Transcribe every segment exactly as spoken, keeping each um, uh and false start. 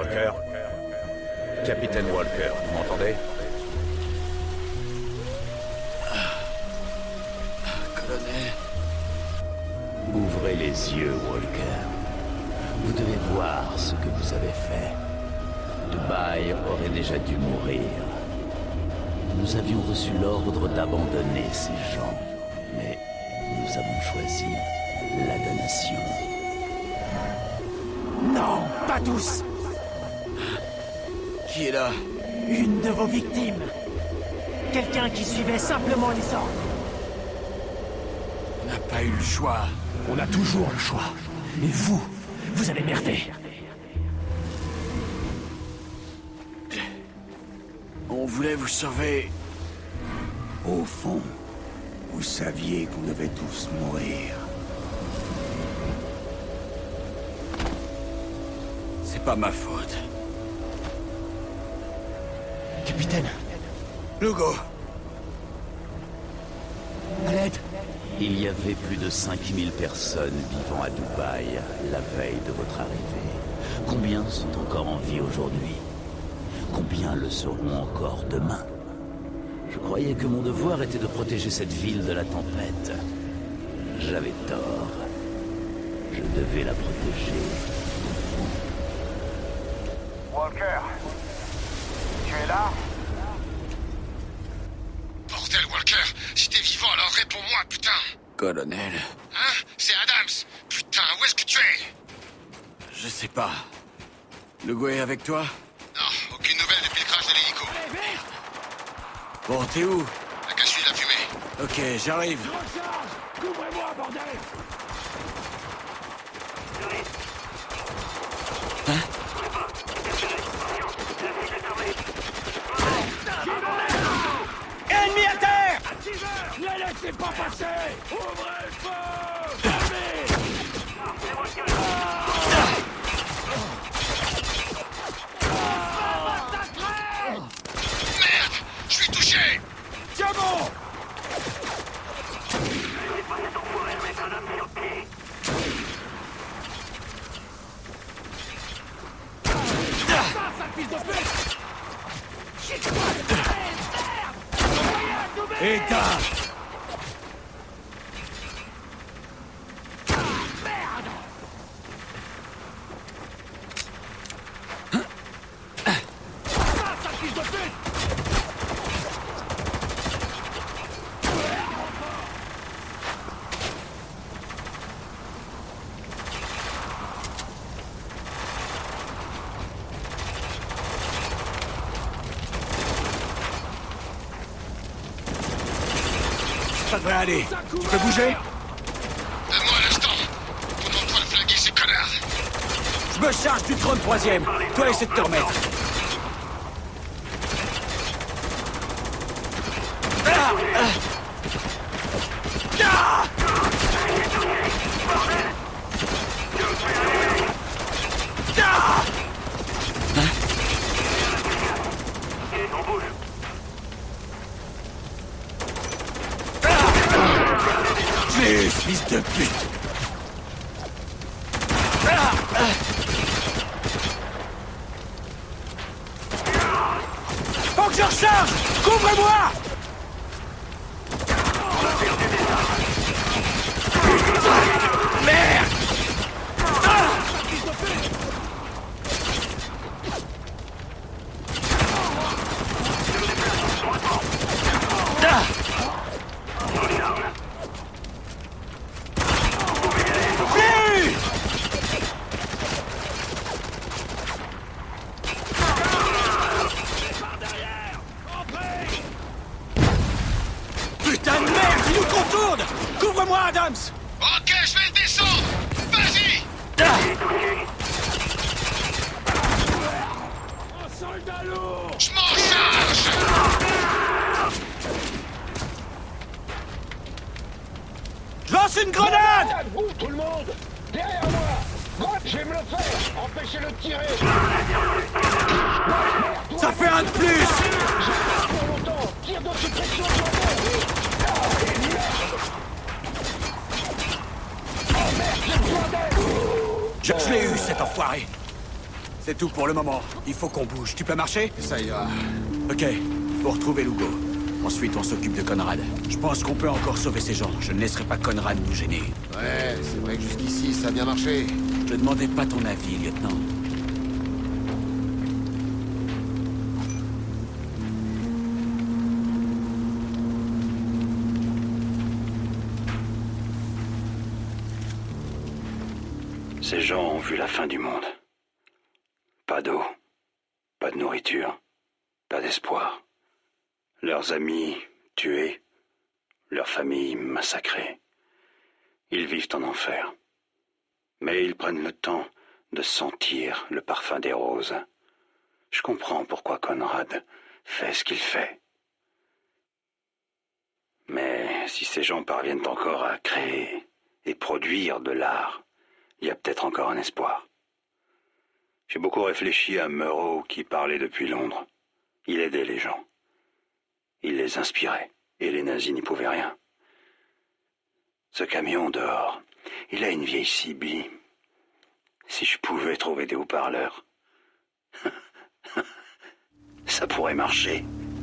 Walker. Capitaine Walker, vous m'entendez? Colonel... Ouvrez les yeux, Walker. Vous devez voir ce que vous avez fait. Dubaï aurait déjà dû mourir. Nous avions reçu l'ordre d'abandonner ces gens, mais nous avons choisi la damnation. Non, pas tous! Qui est là? Une de vos victimes. Quelqu'un qui suivait simplement les ordres. On n'a pas eu le choix. On a toujours le choix. Et vous, vous avez merdé. On voulait vous sauver. Au fond, vous saviez qu'on devait tous mourir. C'est pas ma faute. Capitaine, Lugo! à l'aide. Il y avait plus de cinq mille personnes vivant à Dubaï la veille de votre arrivée. Combien sont encore en vie aujourd'hui? Combien le seront encore demain? Je croyais que mon devoir était de protéger cette ville de la tempête. J'avais tort. Je devais la protéger. Walker, tu es là? Bordel, Walker! Si t'es vivant, alors réponds-moi, putain! Colonel... Hein? C'est Adams! Putain, où est-ce que tu es? Je sais pas. Lugo est avec toi? Non, aucune nouvelle depuis le crash de l'hélico. Bon, t'es où? La cassure de la fumée. Ok, j'arrive. Couvrez-moi, bordel! Ennemi à terre! Ne laissez pas passer! Ouvrez le feu! Fermez! Merde! Je suis touché! Tiens bon! Éteins! Ça devrait aller. Tu peux bouger? Donne-moi l'instant! Commande-toi de flinguer ces connards! Je me charge du trente-troisième. Toi, essaie de te remettre. Ah, ah. Ah. Ah. Je l'ai eu, fils de pute! Ah. Ah. Faut que je recharge! Couvre-moi! Merde! Ah. Ah. J'ai eu! Putain de merde, il nous contourne! Couvre-moi, Adams! Ok, je vais le descendre! Vas-y! Ah. Un soldat lourd! Je m'en charge! Je lance une grenade! Vous, tout le monde! Derrière moi! Moi, je vais me le faire! Empêchez-le de tirer! Ça fait un de plus! J'ai pas pour longtemps! Tire de suppression sur moi! Ah, et merde! Oh merde, j'ai besoin d'aide! Je, je l'ai eu, cet enfoiré! C'est tout pour le moment. Il faut qu'on bouge. Tu peux marcher? Ça ira. Ok, faut retrouver Lugo. Ensuite, on s'occupe de Conrad. Je pense qu'on peut encore sauver ces gens. Je ne laisserai pas Conrad nous gêner. Ouais, c'est vrai que jusqu'ici, ça a bien marché. Je ne demandais pas ton avis, lieutenant. Ces gens ont vu la fin du monde. Pas d'eau, pas de nourriture, pas d'espoir. Leurs amis tués, leurs familles massacrées. Ils vivent en enfer. Mais ils prennent le temps de sentir le parfum des roses. Je comprends pourquoi Conrad fait ce qu'il fait. Mais si ces gens parviennent encore à créer et produire de l'art, il y a peut-être encore un espoir. J'ai beaucoup réfléchi à Moreau qui parlait depuis Londres. Il aidait les gens. Il les inspirait, et les nazis n'y pouvaient rien. Ce camion dehors, il a une vieille C B. Si je pouvais trouver des haut-parleurs, ça pourrait marcher.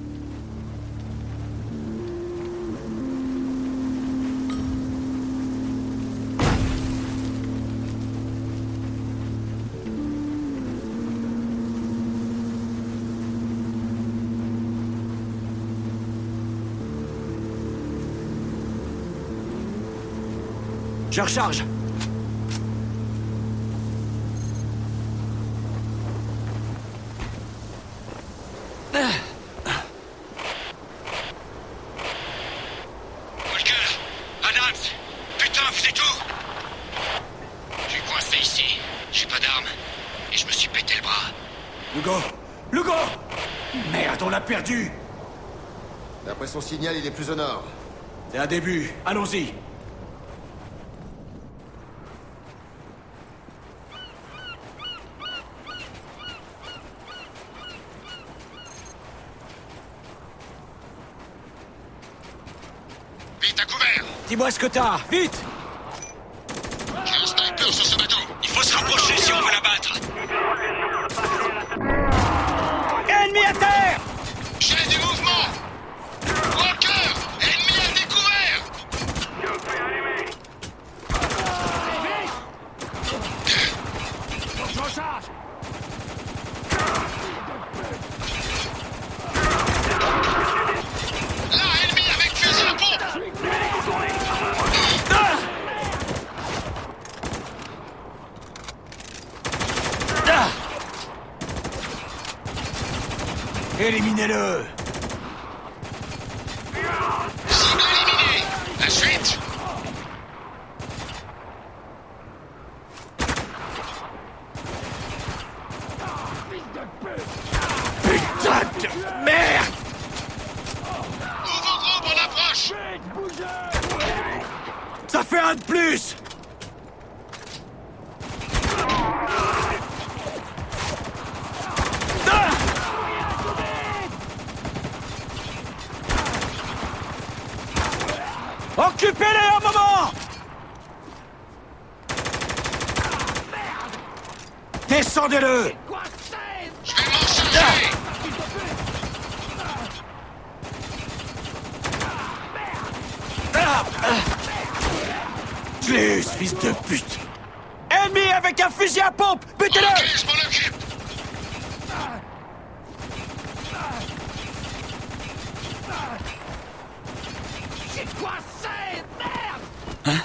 Je recharge. Walker, Adams, putain, vous êtes où? Je suis coincé ici. J'ai pas d'armes. Et je me suis pété le bras. Lugo! Lugo! Merde, on l'a perdu! D'après son signal, il est plus au nord. C'est un début. Allons-y. Vite, à couvert! Dis-moi ce que t'as, vite! J'ai un sniper sur ce bateau. Il faut se rapprocher si on veut l'abattre. Ennemi à terre! J'ai du mouvement! Walker! Ennemi à découvert! Je recharge! Là, ennemi avec fusil à pompe! Éliminez-le! Cible éliminée! La suite! Putain de merde! Nouveau groupe en approche! Ça fait un de plus! Occupez-les un moment! Descendez-le! Je vais m'en charger! Je l'ai eu, ce fils de pute! Ennemi avec un fusil à pompe! Butez-le! Ok, je m'en occupe! J'ai coincé! Merde! Hein?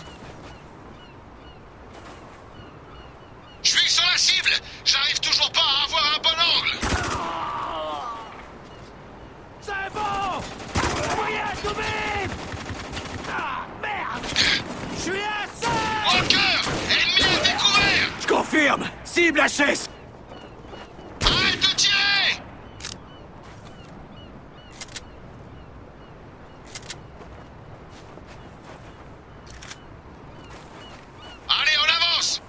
Je suis sur la cible! J'arrive toujours pas à avoir un bon angle! C'est bon! Envoyez un zombie! Ah, merde! Je suis à ça! Walker! Ennemi à découvert! Je confirme! Cible H S! Arrête de tirer! Allez, on avance!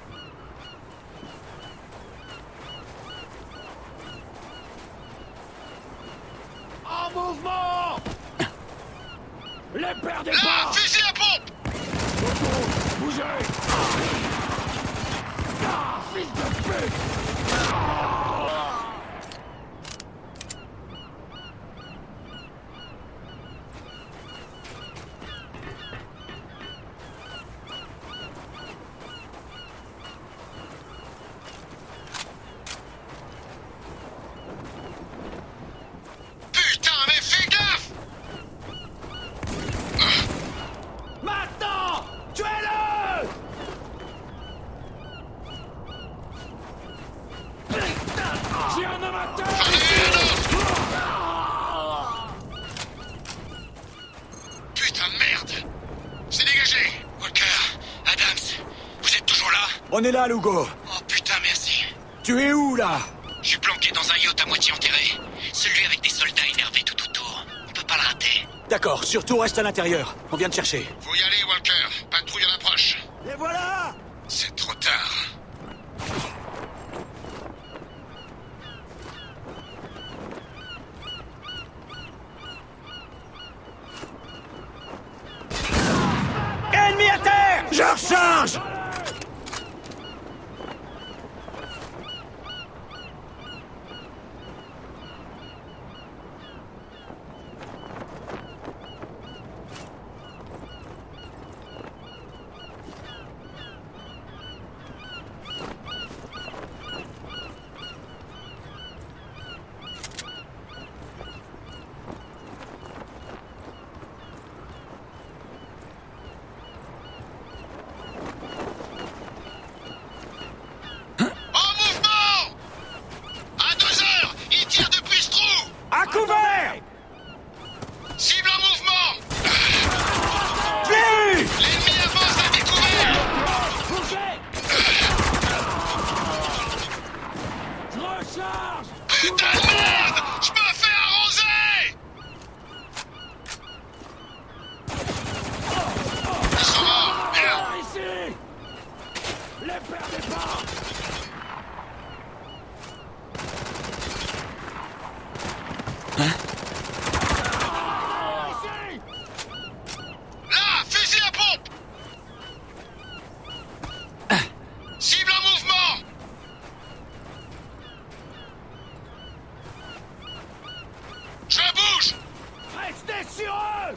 En mouvement! Les perdez Là, pas! fusil à pompe! Bougez! Ah, fils de pute! Ah J'ai un amateur! J'en ai eu un autre! Putain de merde! C'est dégagé! Walker, Adams, vous êtes toujours là? On est là, Lugo. Oh putain, merci. Tu es où, là? Je suis planqué dans un yacht à moitié enterré. Celui avec des soldats énervés tout autour. On peut pas le rater. D'accord, surtout reste à l'intérieur. On vient te chercher. Faut y aller, Walker. Patrouille en approche. Les voilà! C'est trop tard. Ennemi à terre! Je recharge! À couvert! Cible en mouvement! Je l'ai eu! L'ennemi avance à découvert! Bougez! Je recharge! Putain de merde! Je me fais arroser! Ils sont morts! Merde! Par ici! Les perdez pas! Là! Fusil à pompe! Cible en mouvement! Je bouge! Restez sur eux!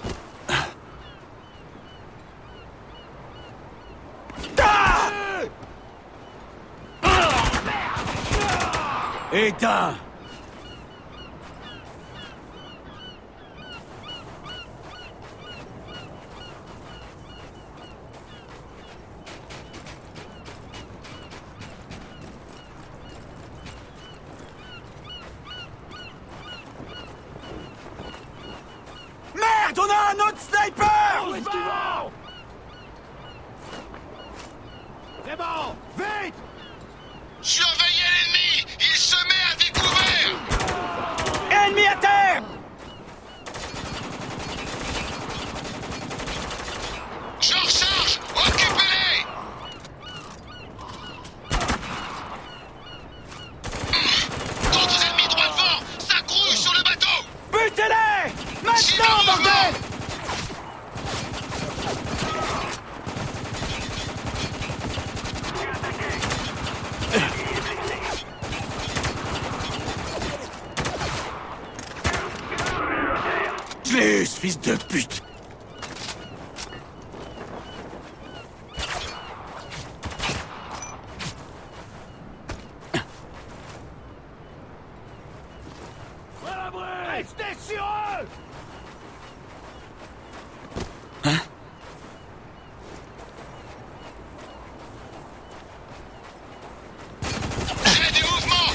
Éteins! Merde, on a un autre sniper! Où est-ce qu'ils vont? C'est bon! Vite! Surveillez l'ennemi! Il se met à découvert! Ennemi à terre! Je recharge! Occupez-les! D'autres ennemis droit devant! Ça grouille sur le bateau! Butez-les! Maintenant, bordel! Je l'ai eu, ce fils de pute! À l'abri! Restez sur eux! J'ai des mouvements!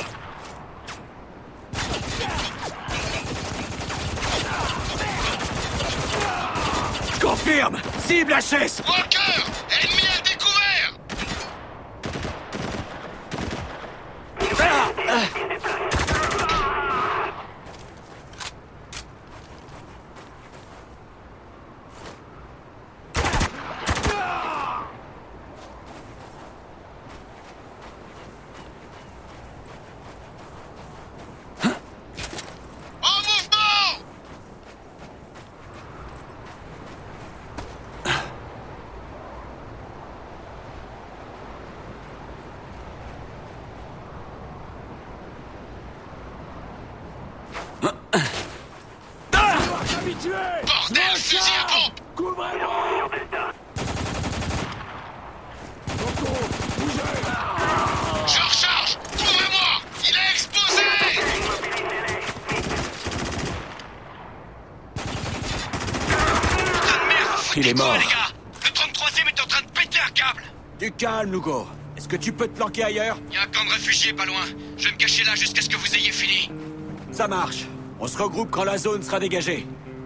Je confirme! Cible H S! Walker! Ennemi à découvert! Ah, ah. En mouvement! Habitués! Bordel, fusil à pompe! Couvrez-moi! Tonton, bougez! Je recharge! Couvrez-moi! Il est explosé! Putain de merde! Il est Foutez-moi, mort. les gars! Le trente-troisième est en train de péter un câble! Du calme, Lugo. Est-ce que tu peux te planquer ailleurs? Il y a un camp de réfugiés pas loin. Je vais me cacher là jusqu'à ce que vous ayez fini. Ça marche. On se regroupe quand la zone sera dégagée.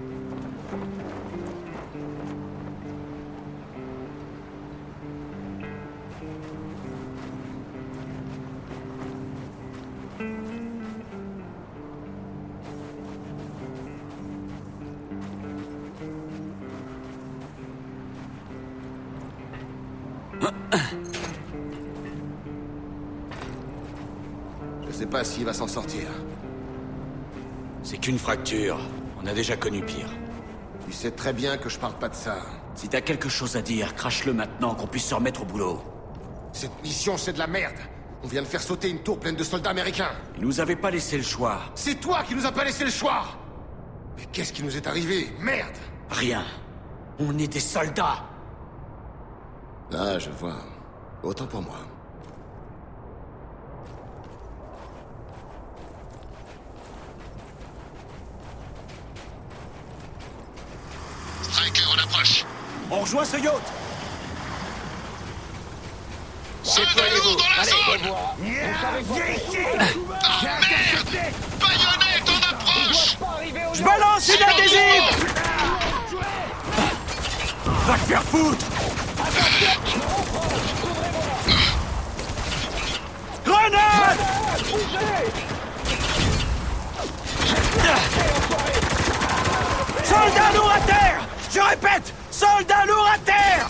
Je sais pas s'il va s'en sortir. C'est qu'une fracture. On a déjà connu pire. Tu sais très bien que je parle pas de ça. Si t'as quelque chose à dire, crache-le maintenant, qu'on puisse se remettre au boulot. Cette mission, c'est de la merde. On vient de faire sauter une tour pleine de soldats américains. Ils nous avaient pas laissé le choix. C'est toi qui nous as pas laissé le choix! Mais qu'est-ce qui nous est arrivé? Merde! Rien. On est des soldats. Ah, je vois. Autant pour moi. Striker, on approche. On rejoint ce yacht. Déployez-vous dans la Allez, zone. revoir. Vous savez quoi? Ah merde! Baïonnette, on approche! Pas arriver au Je balance une adhésive. Va te faire foutre. Grenade! Soldats lourds à terre! Je répète, soldats lourds à terre!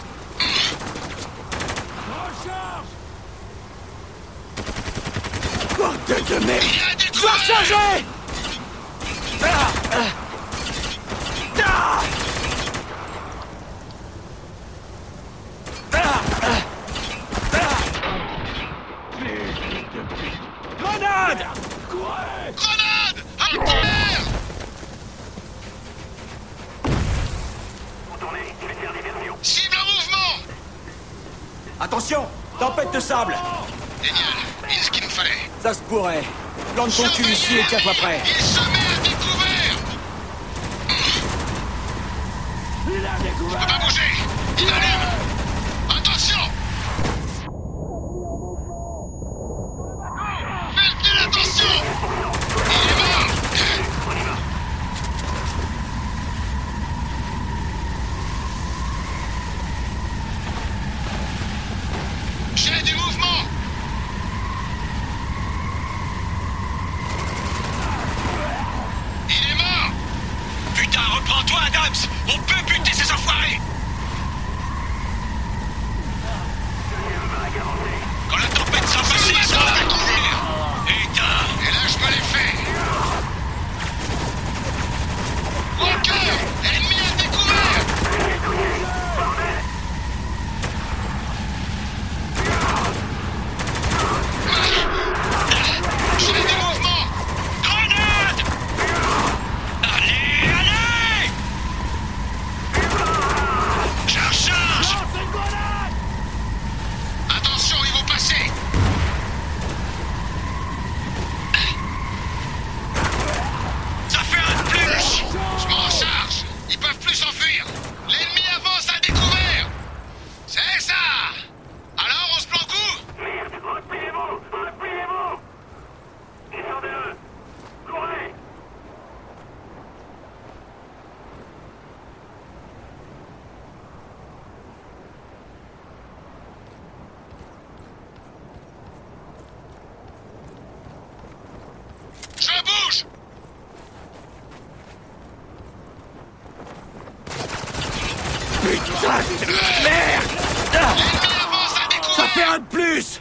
Bordel de merde! Je dois recharger! Ah, ah. Ah. Ah, ah. Ah. Grenade! Grenade! À terre! Cible en mouvement! Attention! Tempête de sable! Génial! Il est ce qu'il nous fallait. Ça se pourrait. Plante ton cul ici et tiens-toi prêt. Il se met à découvert! Je peux pas bouger! Il allume! Attention! Faites bien attention! Il est mort! J'ai du mouvement! Il est mort! Putain, reprends-toi, Adams! On peut buter ces enfoirés! Quand la tempête sera passée, ils seront à découvert! Putain! Et là, je me l'ai fait! Walker! Ennemi à découvert! J'ai des mouvements! Grenade! Allez, allez! Je recharge! Attention, ils vont passer! Ça fait un de plus! Je m'en recharge! Ils peuvent plus s'enfuir! L'ennemi avance à découvert! C'est ça! Alors, on se planque où? Repliez-vous! Repliez-vous! Descendez-le! Courez! Je bouge! Putain de merde! Ah. L'ennemi avance à découvert! Ça fait un de plus!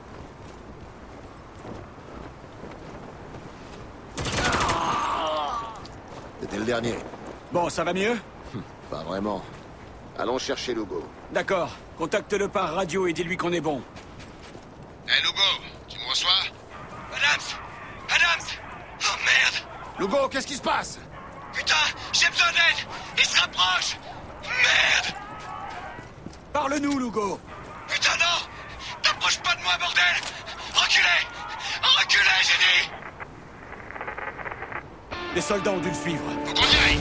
C'était le dernier. Bon, ça va mieux? Pas vraiment. Allons chercher Lugo. D'accord. Contacte-le par radio et dis-lui qu'on est bon. Hé, hey, Lugo, tu me reçois? Adams! Adams! Oh merde! Lugo, qu'est-ce qui se passe? Putain, j'ai besoin d'aide! Il se rapproche! Merde! Parle-nous, Lugo! Putain, non! T'approches pas de moi, bordel! Reculez! Reculez, j'ai dit! Les soldats ont dû le suivre. Faut qu'on y aille!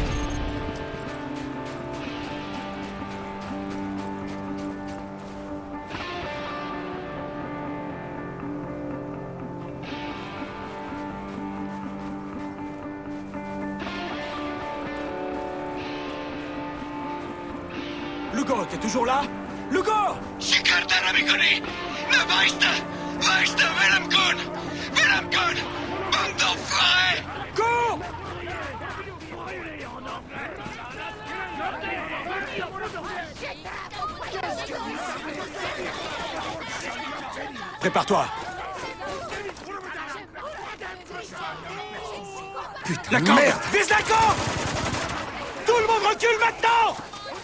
Lugo, t'es toujours là? Lugo! Sikardan amiconi! La Weiste! Weiste Willemkun! Willemkun! Bande d'enfoirés! Cours! Prépare-toi! Putain La de corde! merde! Vise la corde! Tout le monde recule maintenant!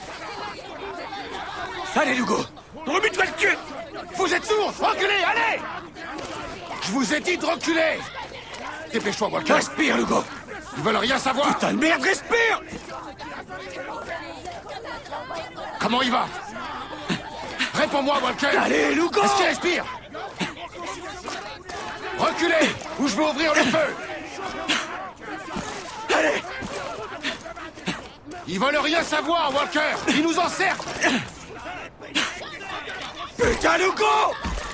Allez, Lugo! Remue-toi le cul! Vous êtes sourds! Reculez, allez! Je vous ai dit de reculer! Dépêche-toi, Walker! Respire, Lugo! Ils veulent rien savoir! Putain de merde, respire! Comment il va? Réponds-moi, Walker! Allez, Lugo! Est-ce qu'il respire? Reculez! Ou je vais ouvrir le feu! Allez! Ils veulent rien savoir, Walker! Ils nous encerclent! Putain, Lugo!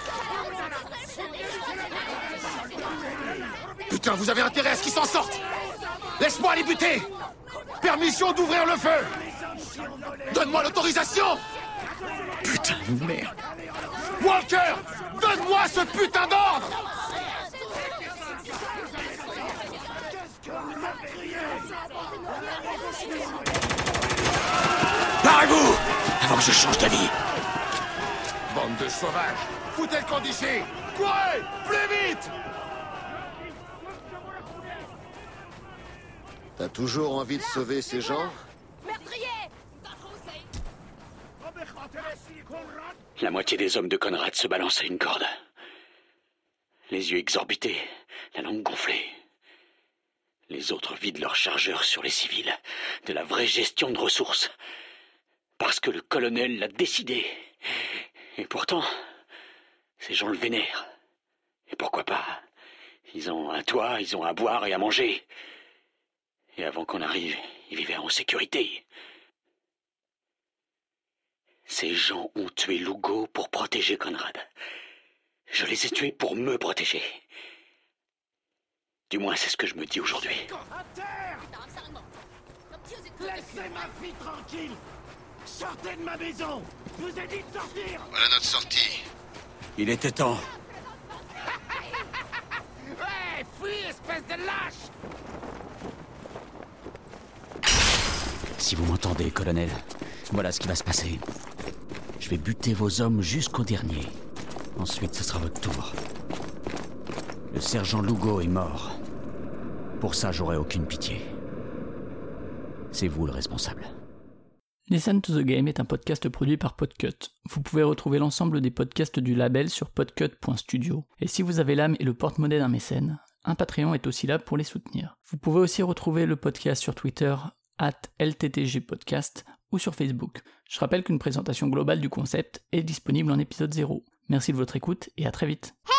Putain, vous avez intérêt à ce qu'ils s'en sortent! Laisse-moi les buter! Permission d'ouvrir le feu! Donne-moi l'autorisation! Putain de merde! Walker! Donne-moi ce putain d'ordre! Barrez-vous! Avant que je change d'avis! Bande de sauvages! Foutez le camp d'ici! Courez! Plus vite! T'as toujours envie de sauver ces gens? La moitié des hommes de Conrad se balançaient une corde. Les yeux exorbités, la langue gonflée. Les autres vident leurs chargeurs sur les civils. De la vraie gestion de ressources. Parce que le colonel l'a décidé. Et pourtant, ces gens le vénèrent. Et pourquoi pas? Ils ont un toit, ils ont à boire et à manger. Et avant qu'on arrive, ils vivaient en sécurité. Ces gens ont tué Lugo pour protéger Conrad. Je les ai tués pour me protéger. Du moins, c'est ce que je me dis aujourd'hui. À terre! Laissez ma fille tranquille! Sortez de ma maison! Je vous ai dit de sortir! Voilà notre sortie. Il était temps. Ouais, fuis, espèce de lâche! Si vous m'entendez, colonel, voilà ce qui va se passer. Je vais buter vos hommes jusqu'au dernier. Ensuite, ce sera votre tour. Le sergent Lugo est mort. Pour ça, j'aurai aucune pitié. C'est vous le responsable. Listen to the Game est un podcast produit par Podcut. Vous pouvez retrouver l'ensemble des podcasts du label sur podcut point studio. Et si vous avez l'âme et le porte-monnaie d'un mécène, un Patreon est aussi là pour les soutenir. Vous pouvez aussi retrouver le podcast sur Twitter, arobase L T T G podcast, ou sur Facebook. Je rappelle qu'une présentation globale du concept est disponible en épisode zéro. Merci de votre écoute et à très vite.